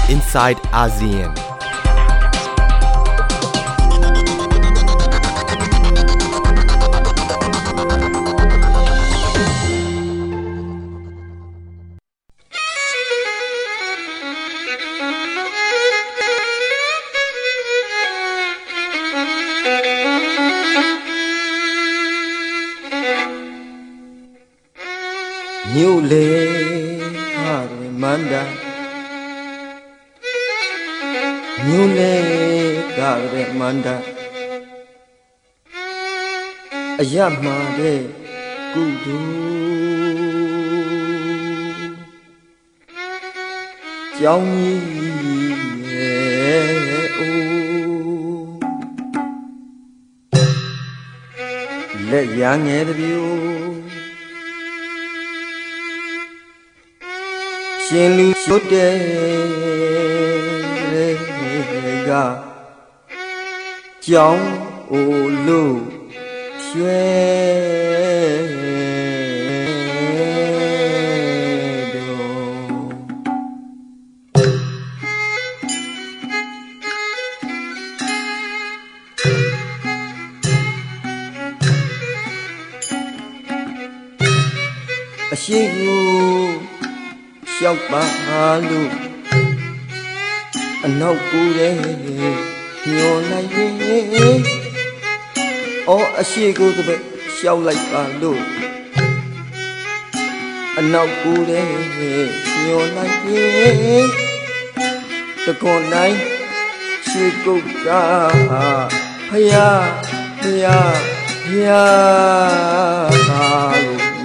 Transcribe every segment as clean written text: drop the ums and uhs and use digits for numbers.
inside ASEAN New le manda New le manda Ayama de kudu Jiao yi o Le yang ye de biuရှင်လူရှုတဲ့ကကြောင်းအိုလို့ရွှဲအရှိကိုရှောက်ပါလို့အနောက်ကူတဲ့ညော်လိုက်ရဲ့အော်အရှိကိုတပည့်ရှောက်လိုက်ပါလို့အနောက်ကူတဲ့ညော်လိုက်ရဲ့တကွန်တိုင်းရွှေကုတ်ကဖယားဖယားဖယား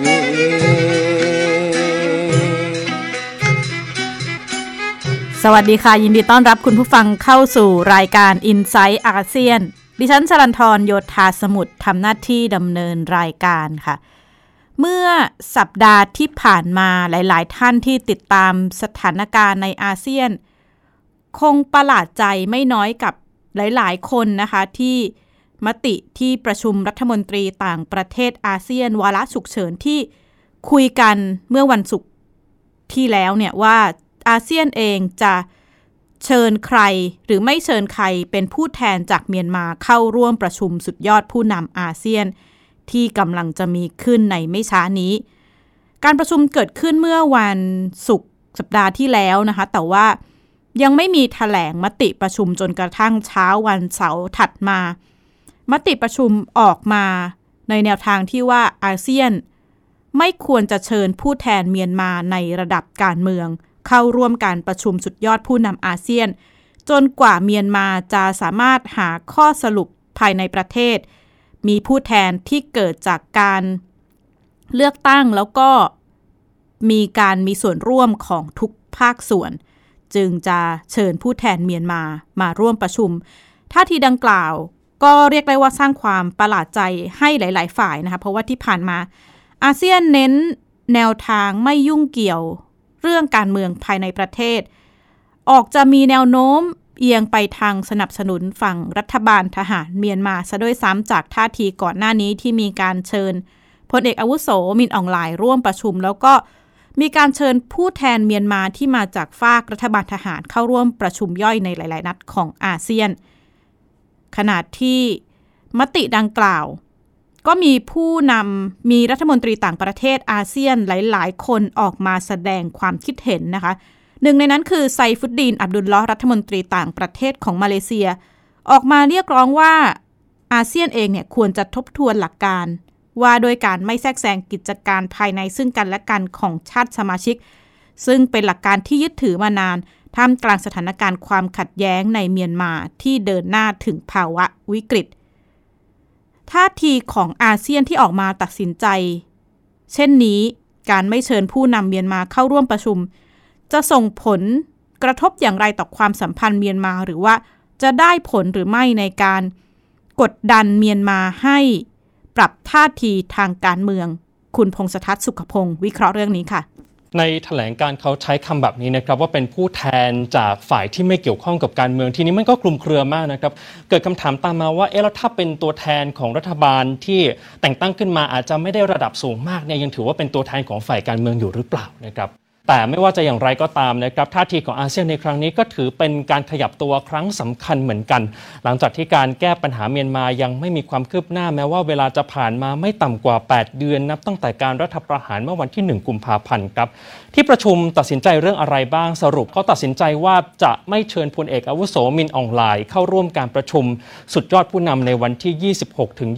สวัสดีค่ะยินดีต้อนรับคุณผู้ฟังเข้าสู่รายการ Inside อาเซียนดิฉันชลันธรโยธาสมุทรทำหน้าที่ดำเนินรายการค่ะเมื่อสัปดาห์ที่ผ่านมาหลายๆท่านที่ติดตามสถานการณ์ในอาเซียนคงประหลาดใจไม่น้อยกับหลายๆคนนะคะที่มติที่ประชุมรัฐมนตรีต่างประเทศอาเซียนวาระฉุกเฉินที่คุยกันเมื่อวันศุกร์ที่แล้วเนี่ยว่าอาเซียนเองจะเชิญใครหรือไม่เชิญใครเป็นผู้แทนจากเมียนมาเข้าร่วมประชุมสุดยอดผู้นำอาเซียนที่กำลังจะมีขึ้นในไม่ช้านี้การประชุมเกิดขึ้นเมื่อวันศุกร์สัปดาห์ที่แล้วนะคะแต่ว่ายังไม่มีแถลงมติประชุมจนกระทั่งเช้าวันเสาร์ถัดมามติประชุมออกมาในแนวทางที่ว่าอาเซียนไม่ควรจะเชิญผู้แทนเมียนมาในระดับการเมืองเข้าร่วมการประชุมสุดยอดผู้นำอาเซียนจนกว่าเมียนมาจะสามารถหาข้อสรุปภายในประเทศมีผู้แทนที่เกิดจากการเลือกตั้งแล้วก็มีส่วนร่วมของทุกภาคส่วนจึงจะเชิญผู้แทนเมียนมาร่วมประชุมท่าทีดังกล่าวก็เรียกได้ว่าสร้างความประหลาดใจให้หลายๆฝ่ายนะคะเพราะว่าที่ผ่านมาอาเซียนเน้นแนวทางไม่ยุ่งเกี่ยวเรื่องการเมืองภายในประเทศออกจะมีแนวโน้มเอียงไปทางสนับสนุนฝั่งรัฐบาลทหารเมียนมาซะด้วยซ้ำจากท่าทีก่อนหน้านี้ที่มีการเชิญพลเอกอาวุโสมินอองหลายร่วมประชุมแล้วก็มีการเชิญผู้แทนเมียนมาที่มาจากฝากรัฐบาลทหารเข้าร่วมประชุมย่อยในหลายๆนัดของอาเซียนขณะที่มติดังกล่าวก็มีรัฐมนตรีต่างประเทศอาเซียนหลายๆคนออกมาแสดงความคิดเห็นนะคะหนึ่งในนั้นคือไซฟุดดีนอับดุลลอฮ์รัฐมนตรีต่างประเทศของมาเลเซียออกมาเรียกร้องว่าอาเซียนเองเนี่ยควรจะทบทวนหลักการว่าโดยการไม่แทรกแซงกิจการภายในซึ่งกันและกันของชาติสมาชิกซึ่งเป็นหลักการที่ยึดถือมานานท่ามกลางสถานการณ์ความขัดแย้งในเมียนมาที่เดินหน้าถึงภาวะวิกฤตท่าทีของอาเซียนที่ออกมาตัดสินใจเช่นนี้การไม่เชิญผู้นำเมียนมาเข้าร่วมประชุมจะส่งผลกระทบอย่างไรต่อความสัมพันธ์เมียนมาหรือว่าจะได้ผลหรือไม่ในการกดดันเมียนมาให้ปรับท่าทีทางการเมืองคุณพงษ์ทัศน์สุขพงศ์วิเคราะห์เรื่องนี้ค่ะในแถลงการเขาใช้คำแบบนี้นะครับว่าเป็นผู้แทนจากฝ่ายที่ไม่เกี่ยวข้องกับการเมืองทีนี้มันก็คลุมเครือมากนะครับเกิดคำถามตามมาว่าแล้วถ้าเป็นตัวแทนของรัฐบาลที่แต่งตั้งขึ้นมาอาจจะไม่ได้ระดับสูงมากเนี่ยยังถือว่าเป็นตัวแทนของฝ่ายการเมืองอยู่หรือเปล่านะครับแต่ไม่ว่าจะอย่างไรก็ตามนะครับท่าทีของอาเซียนในครั้งนี้ก็ถือเป็นการขยับตัวครั้งสำคัญเหมือนกันหลังจากที่การแก้ปัญหาเมียนมายังไม่มีความคืบหน้าแม้ว่าเวลาจะผ่านมาไม่ต่ำกว่า8เดือนนับตั้งแต่การรัฐประหารเมื่อวันที่1กุมภาพันธ์ครับที่ประชุมตัดสินใจเรื่องอะไรบ้างสรุปเขาตัดสินใจว่าจะไม่เชิญพลเอกอาวุโสมินอองไลน์เข้าร่วมการประชุมสุดยอดผู้นำในวันที่26 ถึง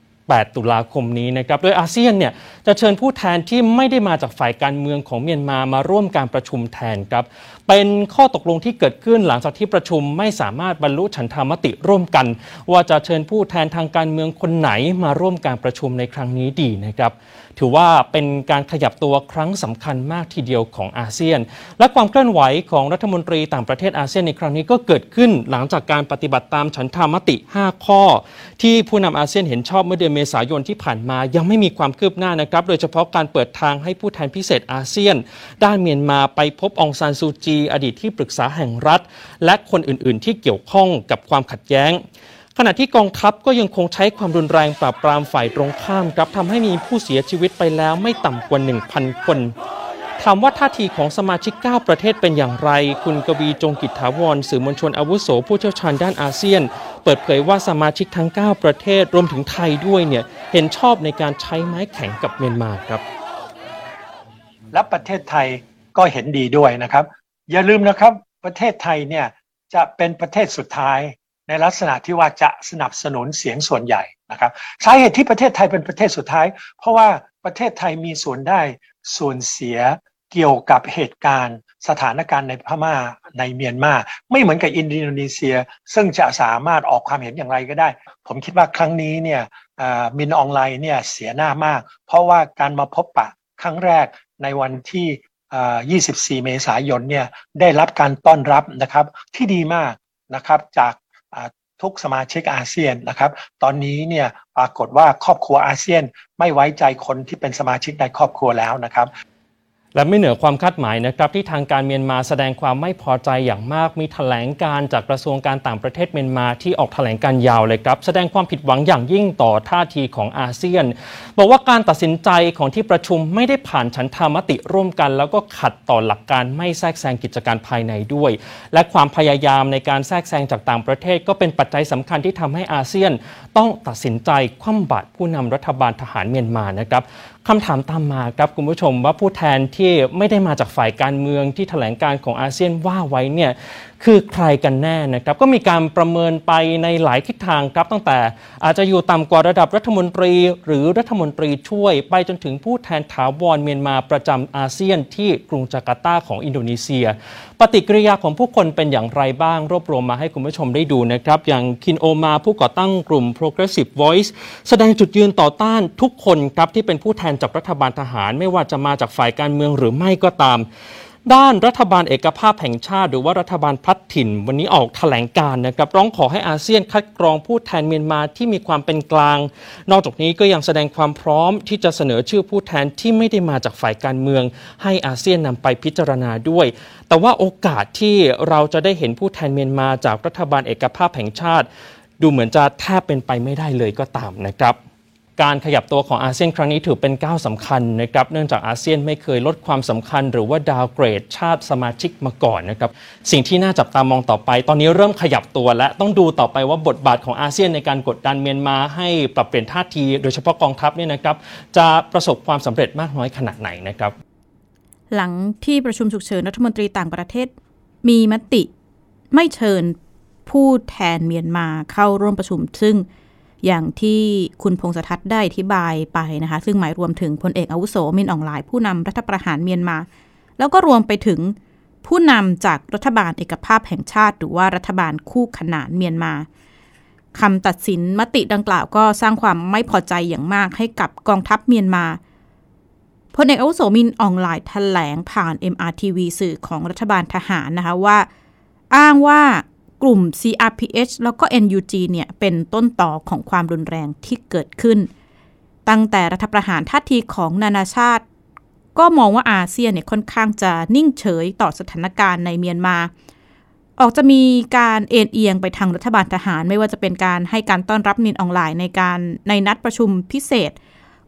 28 ตุลาคมนี้นะครับโดยอาเซียนเนี่ยจะเชิญผู้แทนที่ไม่ได้มาจากฝ่ายการเมืองของเมียนมาร่วมการประชุมแทนครับเป็นข้อตกลงที่เกิดขึ้นหลังจากที่ประชุมไม่สามารถบรรลุฉันทามติร่วมกันว่าจะเชิญผู้แทนทางการเมืองคนไหนมาร่วมการประชุมในครั้งนี้ดีนะครับถือว่าเป็นการขยับตัวครั้งสำคัญมากทีเดียวของอาเซียนและความเคลื่อนไหวของรัฐมนตรีต่างประเทศอาเซียนในครั้งนี้ก็เกิดขึ้นหลังจากการปฏิบัติตามฉันทามติ5ข้อที่ผู้นำอาเซียนเห็นชอบเมื่อเดือนเมษายนที่ผ่านมายังไม่มีความคืบหน้านะครับโดยเฉพาะการเปิดทางให้ผู้แทนพิเศษอาเซียนด้านเมียนมาไปพบองซานซูจีอดีตที่ปรึกษาแห่งรัฐและคนอื่นๆที่เกี่ยวข้องกับความขัดแย้งขณะที่กองทัพก็ยังคงใช้ความรุนแรงปราบปรามฝ่ายตรงข้ามครับทำให้มีผู้เสียชีวิตไปแล้วไม่ต่ำกว่า 1,000 คนถามว่าท่าทีของสมาชิก9ประเทศเป็นอย่างไรคุณกวีจงกิจถาวรสื่อมวลชนอาวุโสผู้เชี่ยวชาญด้านอาเซียนเปิดเผยว่าสมาชิกทั้ง9ประเทศรวมถึงไทยด้วยเนี่ยเห็นชอบในการใช้ไม้แข็งกับเมียนมาครับและประเทศไทยก็เห็นดีด้วยนะครับอย่าลืมนะครับประเทศไทยเนี่ยจะเป็นประเทศสุดท้ายในลักษณะที่ว่าจะสนับสนุนเสียงส่วนใหญ่นะครับสาเหตุที่ประเทศไทยเป็นประเทศสุดท้ายเพราะว่าประเทศไทยมีส่วนได้ส่วนเสียเกี่ยวกับเหตุการณ์สถานการณ์ในพม่าในเมียนมาไม่เหมือนกับอินโดนีเซียซึ่งจะสามารถออกความเห็นอย่างไรก็ได้ผมคิดว่าครั้งนี้เนี่ยมินอองไลน์เนี่ยเสียหน้ามากเพราะว่าการมาพบปะครั้งแรกในวันที่24 เมษายนเนี่ยได้รับการต้อนรับนะครับที่ดีมากนะครับจากทุกสมาชิกอาเซียนนะครับตอนนี้เนี่ยปรากฏว่าครอบครัวอาเซียนไม่ไว้ใจคนที่เป็นสมาชิกในครอบครัวแล้วนะครับและไม่เหนือความคาดหมายนะครับที่ทางการเมียนมาแสดงความไม่พอใจอย่างมากมีแถลงการจากกระทรวงการต่างประเทศเมียนมาที่ออกแถลงการยาวเลยครับแสดงความผิดหวังอย่างยิ่งต่อท่าทีของอาเซียนบอกว่าการตัดสินใจของที่ประชุมไม่ได้ผ่านฉันทามติร่วมกันแล้วก็ขัดต่อหลักการไม่แทรกแซงกิจการภายในด้วยและความพยายามในการแทรกแซงจากต่างประเทศก็เป็นปัจจัยสำคัญที่ทำให้อาเซียนต้องตัดสินใจคว่ำบาตรผู้นำรัฐบาลทหารเมียนมานะครับคำถามตามมาครับคุณผู้ชมว่าผู้แทนที่ไม่ได้มาจากฝ่ายการเมืองที่แถลงการของอาเซียนว่าไว้เนี่ยคือใครกันแน่นะครับก็มีการประเมินไปในหลายทิศทางครับตั้งแต่อาจจะอยู่ต่ำกว่าระดับรัฐมนตรีหรือรัฐมนตรีช่วยไปจนถึงผู้แทนถาวรเมียนมาประจำอาเซียนที่กรุงจาการ์ตาของอินโดนีเซียปฏิกิริยาของผู้คนเป็นอย่างไรบ้างรวบรวมมาให้คุณผู้ชมได้ดูนะครับอย่างคินโอมาผู้ก่อตั้งกลุ่ม Progressive Voice แสดงจุดยืนต่อต้านทุกคนครับที่เป็นผู้แทนจากรัฐบาลทหารไม่ว่าจะมาจากฝ่ายการเมืองหรือไม่ก็ตามด้านรัฐบาลเอกภาพแห่งชาติหรือว่ารัฐบาลพลัดถิ่นวันนี้ออกแถลงการนะครับร้องขอให้อาเซียนคัดกรองผู้แทนเมียนมาที่มีความเป็นกลางนอกจากนี้ก็ยังแสดงความพร้อมที่จะเสนอชื่อผู้แทนที่ไม่ได้มาจากฝ่ายการเมืองให้อาเซียนนำไปพิจารณาด้วยแต่ว่าโอกาสที่เราจะได้เห็นผู้แทนเมียนมาจากรัฐบาลเอกภาพแห่งชาติดูเหมือนจะแทบเป็นไปไม่ได้เลยก็ตามนะครับการขยับตัวของอาเซียนครั้งนี้ถือเป็นก้าวสำคัญนะครับเนื่องจากอาเซียนไม่เคยลดความสำคัญหรือว่าดาวเกรดชาติสมาชิกมาก่อนนะครับสิ่งที่น่าจับตามองต่อไปตอนนี้เริ่มขยับตัวและต้องดูต่อไปว่าบทบาทของอาเซียนในการกดดันเมียนมาให้ปรับเปลี่ยนท่าทีโดยเฉพาะกองทัพเนี่ยนะครับจะประสบความสำเร็จมากน้อยขนาดไหนนะครับหลังที่ประชุมฉุกเฉินรัฐมนตรีต่างประเทศมีมติไม่เชิญผู้แทนเมียนมาเข้าร่วมประชุมซึ่งอย่างที่คุณพงษ์สทัศน์ได้อธิบายไปนะคะซึ่งหมายรวมถึงพลเอกอาวุโสมินอองไลน์ผู้นำรัฐประหารเมียนมาแล้วก็รวมไปถึงผู้นำจากรัฐบาลเอกภาพแห่งชาติหรือว่ารัฐบาลคู่ขนานเมียนมาคำตัดสินมติดังกล่าวก็สร้างความไม่พอใจอย่างมากให้กับกองทัพเมียนมาพลเอกอาวุโสมินอองไลน์แถลงผ่าน MRTV สื่อของรัฐบาลทหารนะคะว่าอ้างว่ากลุ่ม CRPH แล้วก็ NUG เนี่ยเป็นต้นต่อของความรุนแรงที่เกิดขึ้นตั้งแต่รัฐประหารท่าทีของนานาชาติก็มองว่าอาเซียนเนี่ยค่อนข้างจะนิ่งเฉยต่อสถานการณ์ในเมียนมาออกจะมีการเอ็นเอียงไปทางรัฐบาลทหารไม่ว่าจะเป็นการให้การต้อนรับมินอองไลน์ในนัดประชุมพิเศษ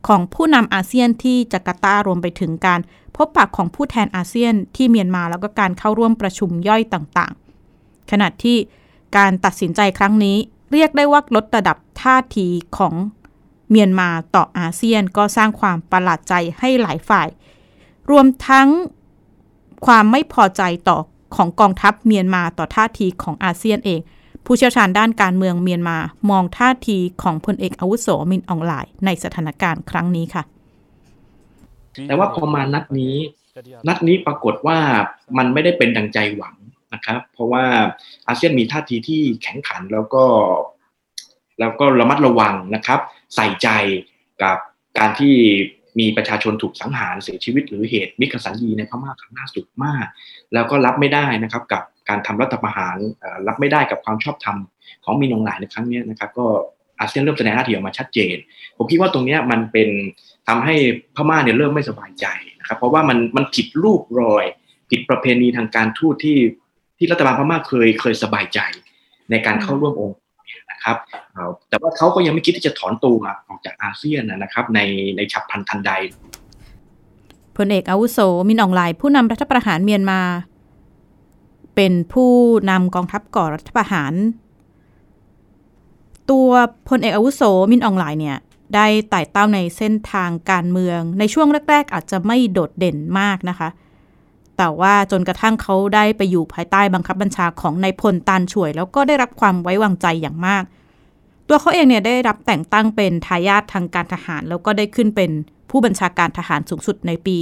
ของผู้นำอาเซียนที่จาการ์ตารวมไปถึงการพบปะของผู้แทนอาเซียนที่เมียนมาแล้วก็การเข้าร่วมประชุมย่อยต่างๆขณะที่การตัดสินใจครั้งนี้เรียกได้ว่าลดระดับท่าทีของเมียนมาต่ออาเซียนก็สร้างความประหลาดใจให้หลายฝ่ายรวมทั้งความไม่พอใจต่อของกองทัพเมียนมาต่อท่าทีของอาเซียนเองผู้เชี่ยวชาญด้านการเมืองเมียนมามองท่าทีของพลเอกอาวุโสมินอองหลายในสถานการณ์ครั้งนี้ค่ะแต่ว่าพอมานัดนี้ปรากฏว่ามันไม่ได้เป็นดังใจหวังนะครับเพราะว่าอาเซียนมีท่าทีที่แข็งขันแล้วก็ระมัดระวังนะครับใส่ใจกับการที่มีประชาชนถูกสังหารเสียชีวิตหรือเหตุมิกสัญญีในพม่าครั้งล่าสุดมากแล้วก็รับไม่ได้นะครับกับการทำรัฐประหารรับไม่ได้กับความชอบธรรมของมินอองหลายในครั้งนี้นะครับก็อาเซียนเริ่มแสดงท่าทีออกมาชัดเจนผมคิดว่าตรงนี้มันเป็นทำให้พม่าเนี่ยเริ่มไม่สบายใจนะครับเพราะว่ามันผิดรูปรอยผิดประเพณีทางการทูตที่รัฐบาลพม่าเคยสบายใจในการเข้าร่วมองค์นะครับแต่ว่าเขาก็ยังไม่คิดที่จะถอนตัวออกจากอาเซียนนะครับในฉับพลันทันใดพลเอกอาวุโสมินอองหลายผู้นำรัฐประหารเมียนมาเป็นผู้นำกองทัพก่อรัฐประหารตัวพลเอกอาวุโสมินอองหลายเนี่ยได้ไต่เต้าในเส้นทางการเมืองในช่วงแรกๆอาจจะไม่โดดเด่นมากนะคะแต่ว่าจนกระทั่งเขาได้ไปอยู่ภายใต้บังคับบัญชาของนายพลตานช่วยแล้วก็ได้รับความไว้วางใจอย่างมากตัวเขาเองเนี่ยได้รับแต่งตั้งเป็นทายาททางการทหารแล้วก็ได้ขึ้นเป็นผู้บัญชาการทหารสูงสุดในปี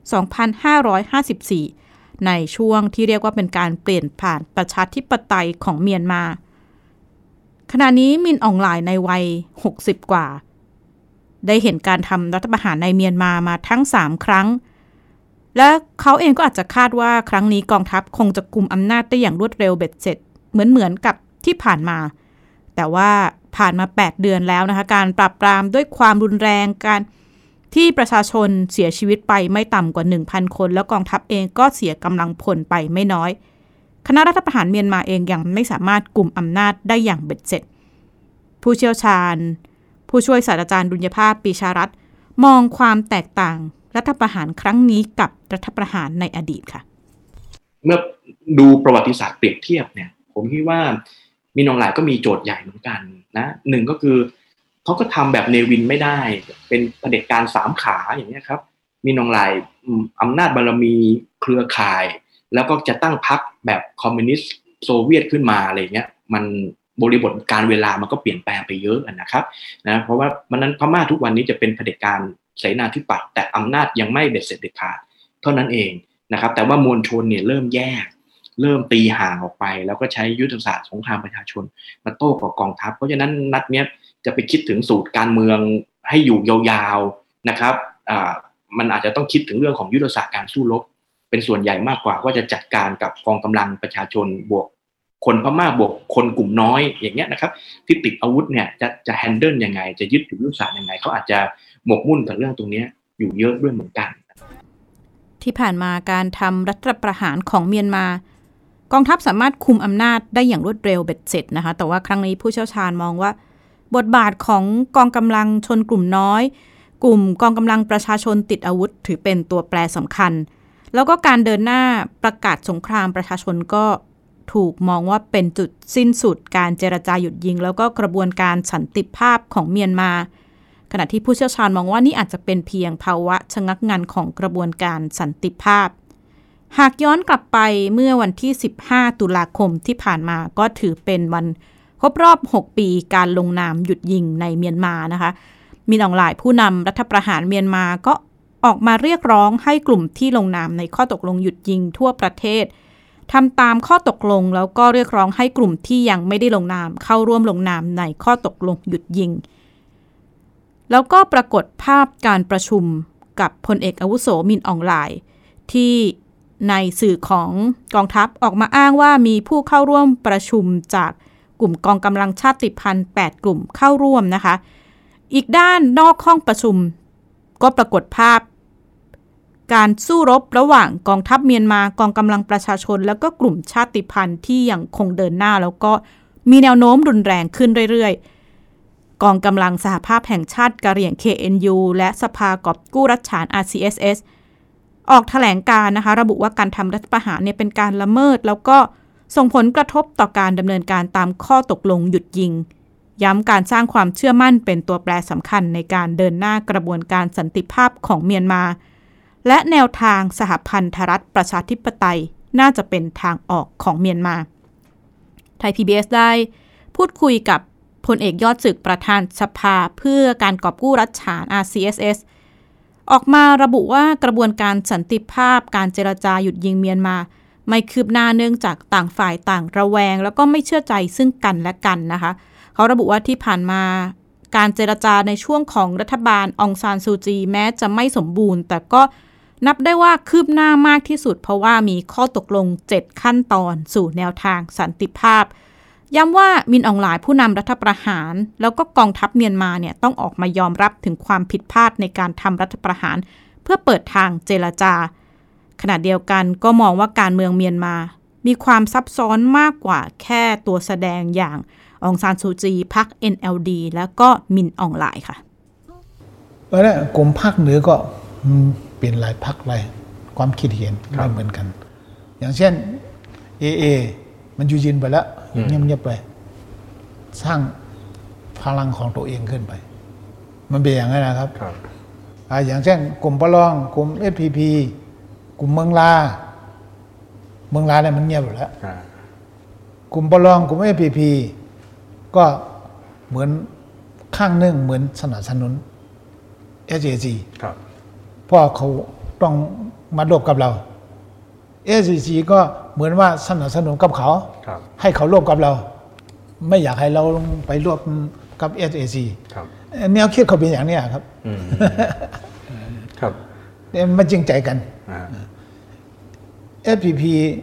2554 ในช่วงที่เรียกว่าเป็นการเปลี่ยนผ่านประชาธิปไตยของเมียนมาขณะนี้มินอองหลายในวัย60กว่าได้เห็นการทำรัฐประหารในเมียนมาทั้ง3ครั้งและเขาเองก็อาจจะคาดว่าครั้งนี้กองทัพคงจะกุมอำนาจได้อย่างรวดเร็วเบ็ดเสร็จเหมือนกับที่ผ่านมาแต่ว่าผ่านมา8เดือนแล้วนะคะการปราบปรามด้วยความรุนแรงการที่ประชาชนเสียชีวิตไปไม่ต่ำกว่า 1,000 คนแล้วกองทัพเองก็เสียกำลังพลไปไม่น้อยคณะรัฐประหารเมียนมาเองยังไม่สามารถกุมอำนาจได้อย่างเบ็ดเสร็จผู้เชี่ยวชาญผู้ช่วยศาสตราจารย์ดุลยภาพปีชารัตน์มองความแตกต่างรัฐประหารครั้งนี้กับรัฐประหารในอดีตค่ะเมื่อดูประวัติศาสตร์เปรียบเทียบเนี่ยผมคิดว่ามินอองหลายก็มีโจทย์ใหญ่เหมือนกันนะหนึ่งก็คือเขาก็ทำแบบเนวินไม่ได้เป็นเผด็จการ3ขาอย่างนี้ครับมินอองหลายอำนาจบารมีเครือข่ายแล้วก็จะตั้งพรรคแบบคอมมิวนิสต์โซเวียตขึ้นมาอะไรเงี้ยมันบริบทการเวลามันก็เปลี่ยนแปลงไปเยอะนะครับนะเพราะว่ามันนั้นพม่าทุกวันนี้จะเป็นเผด็จการเสนาธิปัตย์แต่อำนาจยังไม่เบ็ดเสร็จเด็ดขาดเท่านั้นเองนะครับแต่ว่ามวลชนเนี่ยเริ่มแยกเริ่มตีห่างออกไปแล้วก็ใช้ยุทธศาสตร์สงครามประชาชนมาโต้กับกองทัพเพราะฉะนั้นนัดเนี้ยจะไปคิดถึงสูตรการเมืองให้อยู่ยาวๆนะครับมันอาจจะต้องคิดถึงเรื่องของยุทธศาสตร์การสู้รบเป็นส่วนใหญ่มากกว่าว่าจะจัดการกับกองกำลังประชาชนบวกคนพม่าบวกคนกลุ่มน้อยอย่างเงี้ยนะครับที่ติดอาวุธเนี่ยจะแฮนเดิลยังไงจะยึดถือยุทธศาสตร์ยังไงเขาอาจจะหมกมุ่นกับเรื่องตรงนี้อยู่เยอะด้วยเหมือนกันที่ผ่านมาการทำรัฐประหารของเมียนมากองทัพสามารถคุมอำนาจได้อย่างรวดเร็วเบ็ดเสร็จนะคะแต่ว่าครั้งนี้ผู้เชี่ยวชาญมองว่าบทบาทของกองกำลังชนกลุ่มน้อยกลุ่มกองกำลังประชาชนติดอาวุธถือเป็นตัวแปรสำคัญแล้วก็การเดินหน้าประกาศสงครามประชาชนก็ถูกมองว่าเป็นจุดสิ้นสุดการเจรจาหยุดยิงแล้วก็กระบวนการสันติภาพของเมียนมาขณะที่ผู้เชี่ยวชาญมองว่านี่อาจจะเป็นเพียงภาวะชะงักงันของกระบวนการสันติภาพหากย้อนกลับไปเมื่อวันที่15ตุลาคมที่ผ่านมาก็ถือเป็นวันครบรอบ6ปีการลงนามหยุดยิงในเมียนมานะคะมินอองหลายผู้นำรัฐประหารเมียนมาก็ออกมาเรียกร้องให้กลุ่มที่ลงนามในข้อตกลงหยุดยิงทั่วประเทศทำตามข้อตกลงแล้วก็เรียกร้องให้กลุ่มที่ยังไม่ได้ลงนามเข้าร่วมลงนามในข้อตกลงหยุดยิงแล้วก็ปรากฏภาพการประชุมกับพลเอกอาวุโสมินอองหลายที่ในสื่อของกองทัพออกมาอ้างว่ามีผู้เข้าร่วมประชุมจากกลุ่มกองกำลังชาติพันธุ์8กลุ่มเข้าร่วมนะคะอีกด้านนอกห้องประชุมก็ปรากฏภาพการสู้รบระหว่างกองทัพเมียนมากองกำลังประชาชนแล้วก็กลุ่มชาติพันธุ์ที่ยังคงเดินหน้าแล้วก็มีแนวโน้มรุนแรงขึ้นเรื่อยกองกำลังสหภาพแห่งชาติกะเหรี่ยง KNU และสภากอบกู้รัฐฉาน RCSS ออกแถลงการณ์นะคะระบุว่าการทำรัฐประหารเนี่ยเป็นการละเมิดแล้วก็ส่งผลกระทบต่อการดำเนินการตามข้อตกลงหยุดยิงย้ำการสร้างความเชื่อมั่นเป็นตัวแปรสำคัญในการเดินหน้ากระบวนการสันติภาพของเมียนมาและแนวทางสหพันธรัฐประชาธิปไตยน่าจะเป็นทางออกของเมียนมาไทย PBS ได้พูดคุยกับพลเอกยอดศึกประธานสภาเพื่อการกอบกู้รัฐฉาน RCSS ออกมาระบุว่ากระบวนการสันติภาพการเจรจาหยุดยิงเมียนมาไม่คืบหน้าเนื่องจากต่างฝ่ายต่างระแวงแล้วก็ไม่เชื่อใจซึ่งกันและกันนะคะเขาระบุว่าที่ผ่านมาการเจรจาในช่วงของรัฐบาลองซานซูจีแม้จะไม่สมบูรณ์แต่ก็นับได้ว่าคืบหน้ามากที่สุดเพราะว่ามีข้อตกลง7ขั้นตอนสู่แนวทางสันติภาพย้ำว่ามินอองหลายผู้นำรัฐประหารแล้วก็กองทัพเมียนมาเนี่ยต้องออกมายอมรับถึงความผิดพลาดในการทำรัฐประหารเพื่อเปิดทางเจรจาขณะเดียวกันก็มองว่าการเมืองเมียนมามีความซับซ้อนมากกว่าแค่ตัวแสดงอย่างองซานซูจีพรรค NLD แล้วก็มินอองหลายค่ะแล้วกลุ่มภาคเหนือก็เปลี่ยนหลายพรรคหลายความคิดเห็นไม่เหมือนกันอย่างเช่น AA มันอยู่ยืนไปแล้วเงียบๆไปสร้างพลังของตัวเองขึ้นไปมันเป็นอย่างนั้นนะครับอย่างเช่นกลุ่มปะลองกลุ่ม FPP กลุ่มเมืองลาเนี่ยมันเงียบอยู่แล้วกลุ่มปะลองกลุ่ม FPP ก็เหมือนข้างหนึ่งเหมือนสนับสนุน SAC เพราะเขาต้องมารบกับเรา SAC ก็เหมือนว่าสนับสนุนกับเขาให้เขารบกับเราไม่อยากให้เราไปรบกับ SAC แนวคิดเขาเป็นอย่างนี้ครับมันจริงใจกัน FPP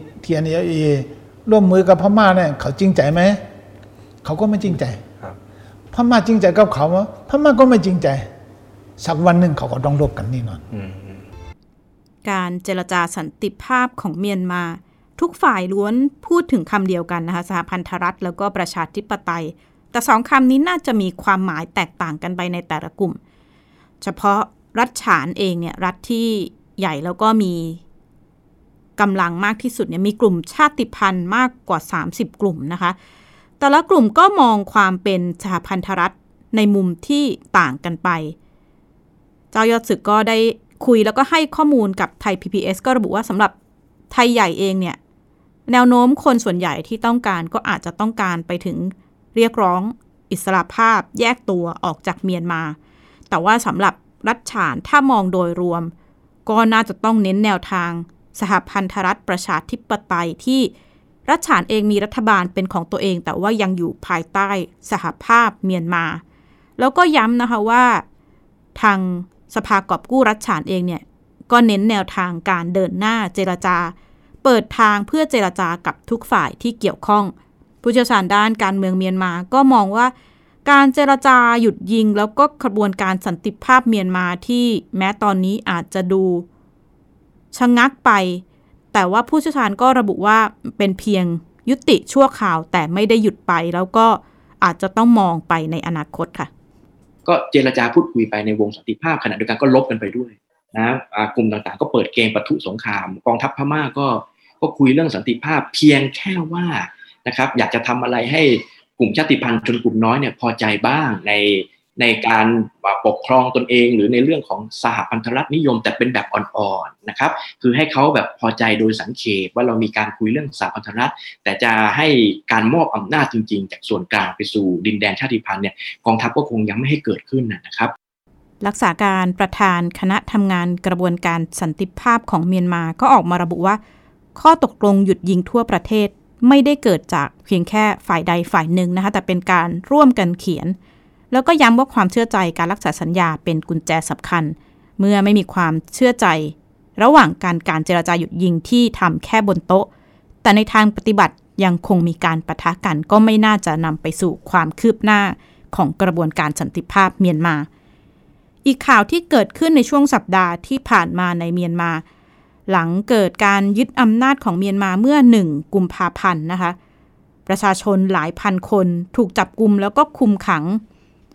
TNLA ร่วมมือกับพม่าเนี่ยเขาจริงใจไหมเขาก็ไม่จริงใจพม่าจริงใจกับเขาพม่าก็ไม่จริงใจสักวันหนึ่งเขาก็ต้องรบกันนี่นอนการเจรจาสันติภาพของเมียนมาทุกฝ่ายล้วนพูดถึงคำเดียวกันนะคะสหพันธรัฐแล้วก็ประชาธิปไตยแต่สองคำนี้น่าจะมีความหมายแตกต่างกันไปในแต่ละกลุ่มเฉพาะรัฐฉานเองเนี่ยรัฐที่ใหญ่แล้วก็มีกำลังมากที่สุดเนี่ยมีกลุ่มชาติพันธุ์มากกว่า30กลุ่มนะคะแต่ละกลุ่มก็มองความเป็นสหพันธรัฐในมุมที่ต่างกันไปเจ้ายอดศึกก็ได้คุยแล้วก็ให้ข้อมูลกับไทย PBS ก็ระบุว่าสำหรับไทยใหญ่เองเนี่ยแนวโน้มคนส่วนใหญ่ที่ต้องการก็อาจจะต้องการไปถึงเรียกร้องอิสรภาพแยกตัวออกจากเมียนมาแต่ว่าสำหรับรัฐฉานถ้ามองโดยรวมก็น่าจะต้องเน้นแนวทางสหพันธรัฐประชาธิปไตยที่รัฐฉานเองมีรัฐบาลเป็นของตัวเองแต่ว่ายังอยู่ภายใต้สหภาพเมียนมาแล้วก็ย้ำนะคะว่าทางสภากอบกู้รัฐฉานเองเนี่ยก็เน้นแนวทางการเดินหน้าเจรจาเปิดทางเพื่อเจรจากับทุกฝ่ายที่เกี่ยวข้องผู้เชี่ยวชาญด้านการเมืองเมียนมาก็มองว่าการเจรจาหยุดยิงแล้วก็กระบวนการสันติภาพเมียนมาที่แม้ตอนนี้อาจจะดูชะงักไปแต่ว่าผู้เชี่ยวชาญก็ระบุว่าเป็นเพียงยุติชั่วคราวแต่ไม่ได้หยุดไปแล้วก็อาจจะต้องมองไปในอนาคตค่ะก็เจรจาพูดคุยไปในวงสันติภาพขณะเดียวกันก็ลบกันไปด้วยนะกลุ่มต่างๆก็เปิดเกมปะทุสงครามกองทัพพม่าก็คุยเรื่องสันติภาพเพียงแค่ว่านะครับอยากจะทำอะไรให้กลุ่มชาติพันธุ์ชนกลุ่มน้อยเนี่ยพอใจบ้างในการปกครองตนเองหรือในเรื่องของสหพันธรัฐนิยมแต่เป็นแบบอ่อนๆนะครับคือให้เขาแบบพอใจโดยสังเขปว่าเรามีการคุยเรื่องสหพันธรัฐแต่จะให้การมอบอำนาจจริงๆจากส่วนกลางไปสู่ดินแดนชาติพันธุ์เนี่ยกองทัพก็คงยังไม่ให้เกิดขึ้นนะครับรักษาการประธานคณะทำงานกระบวนการสันติภาพของเมียนมาก็ออกมาระบุว่าข้อตกลงหยุดยิงทั่วประเทศไม่ได้เกิดจากเพียงแค่ฝ่ายใดฝ่ายหนึ่งนะคะแต่เป็นการร่วมกันเขียนแล้วก็ย้ำว่าความเชื่อใจการรักษาสัญญาเป็นกุญแจสำคัญเมื่อไม่มีความเชื่อใจระหว่างการเจรจาหยุดยิงที่ทำแค่บนโต๊ะแต่ในทางปฏิบัติยังคงมีการปะทะกันก็ไม่น่าจะนำไปสู่ความคืบหน้าของกระบวนการสันติภาพเมียนมาอีกข่าวที่เกิดขึ้นในช่วงสัปดาห์ที่ผ่านมาในเมียนมาหลังเกิดการยึดอำนาจของเมียนมาเมื่อ1 กุมภาพันธ์นะคะประชาชนหลายพันคนถูกจับกุมแล้วก็คุมขัง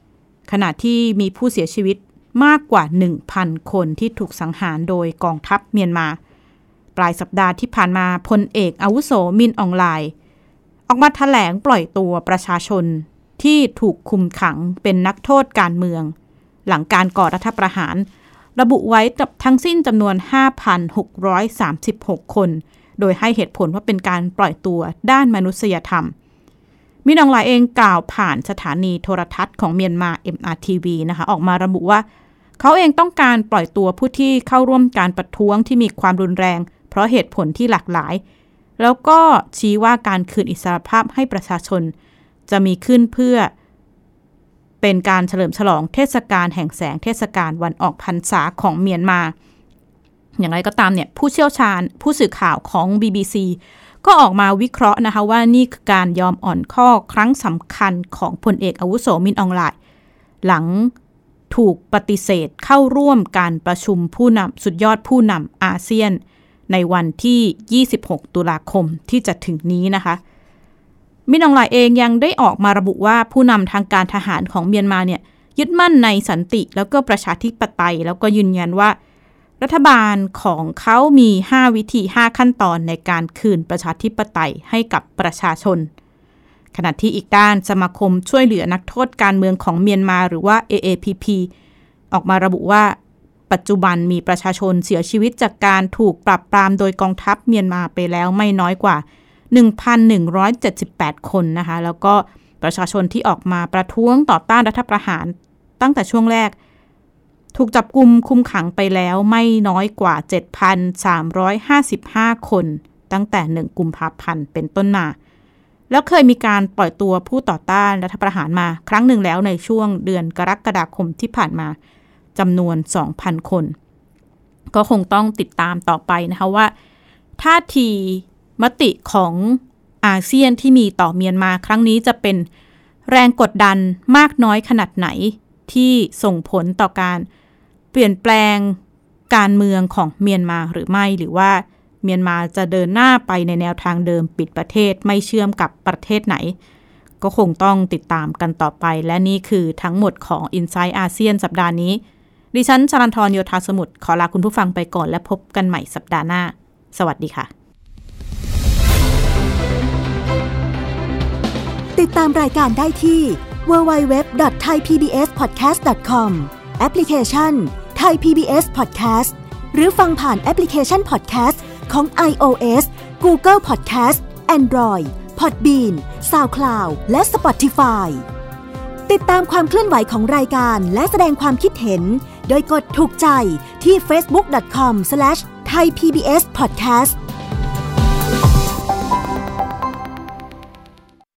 ขณะที่มีผู้เสียชีวิตมากกว่า 1,000 คนที่ถูกสังหารโดยกองทัพเมียนมาปลายสัปดาห์ที่ผ่านมาพลเอกอาวุโสมินอองไลน์ออกมาแถลงปล่อยตัวประชาชนที่ถูกคุมขังเป็นนักโทษการเมืองหลังการก่อรัฐประหารระบุไว้ทั้งสิ้นจำนวน 5,636 คนโดยให้เหตุผลว่าเป็นการปล่อยตัวด้านมนุษยธรรมมินอองไลน์เองกล่าวผ่านสถานีโทรทัศน์ของเมียนมา MRTV นะคะออกมาระบุว่าเขาเองต้องการปล่อยตัวผู้ที่เข้าร่วมการประท้วงที่มีความรุนแรงเพราะเหตุผลที่หลากหลายแล้วก็ชี้ว่าการคืนอิสรภาพให้ประชาชนจะมีขึ้นเพื่อเป็นการเฉลิมฉลองเทศกาลแห่งแสงเทศกาลวันออกพรรษาของเมียนมาอย่างไรก็ตามเนี่ยผู้เชี่ยวชาญผู้สื่อข่าวของ BBC ก็ออกมาวิเคราะห์นะคะว่านี่คือการยอมอ่อนข้อครั้งสำคัญของพลเอกอาวุโสมินอองไลน์หลังถูกปฏิเสธเข้าร่วมการประชุมผู้นำสุดยอดผู้นำอาเซียนในวันที่26ตุลาคมที่จะถึงนี้นะคะมินอองไลน์เองยังได้ออกมาระบุว่าผู้นำทางการทหารของเมียนมาเนี่ยยึดมั่นในสันติแล้วก็ประชาธิปไตยแล้วก็ยืนยันว่ารัฐบาลของเขามี5วิธี5ขั้นตอนในการคืนประชาธิปไตยให้กับประชาชนขณะที่อีกด้านสมาคมช่วยเหลือนักโทษการเมืองของเมียนมาหรือว่า AAPP ออกมาระบุว่าปัจจุบันมีประชาชนเสียชีวิตจากการถูกปราบปรามโดยกองทัพเมียนมาไปแล้วไม่น้อยกว่า 1,178 คนนะคะแล้วก็ประชาชนที่ออกมาประท้วงต่อต้านรัฐประหารตั้งแต่ช่วงแรกถูกจับกุมคุมขังไปแล้วไม่น้อยกว่า 7,355 คนตั้งแต่1กุมภาพันธ์เป็นต้นมาแล้วเคยมีการปล่อยตัวผู้ต่อต้านรัฐประหารมาครั้งหนึ่งแล้วในช่วงเดือนกรกฎาคมที่ผ่านมาจำนวน 2,000 คนก็คงต้องติดตามต่อไปนะคะว่าท่าทีมติของอาเซียนที่มีต่อเมียนมาครั้งนี้จะเป็นแรงกดดันมากน้อยขนาดไหนที่ส่งผลต่อการเปลี่ยนแปลงการเมืองของเมียนมาหรือไม่หรือว่าเมียนมาจะเดินหน้าไปในแนวทางเดิมปิดประเทศไม่เชื่อมกับประเทศไหนก็คงต้องติดตามกันต่อไปและนี่คือทั้งหมดของ Inside อาเซียนสัปดาห์นี้ดิฉันชลันทรโยธาสมุทรขอลาคุณผู้ฟังไปก่อนและพบกันใหม่สัปดาห์หน้าสวัสดีค่ะติดตามรายการได้ที่ www.thaipbspodcast.com แอปพลิเคชัน Thai PBS Podcast หรือฟังผ่านแอปพลิเคชัน Podcast ของ iOS Google Podcast Android Podbean SoundCloud และ Spotify ติดตามความเคลื่อนไหวของรายการและแสดงความคิดเห็นโดยกดถูกใจที่ facebook.com/thaipbspodcast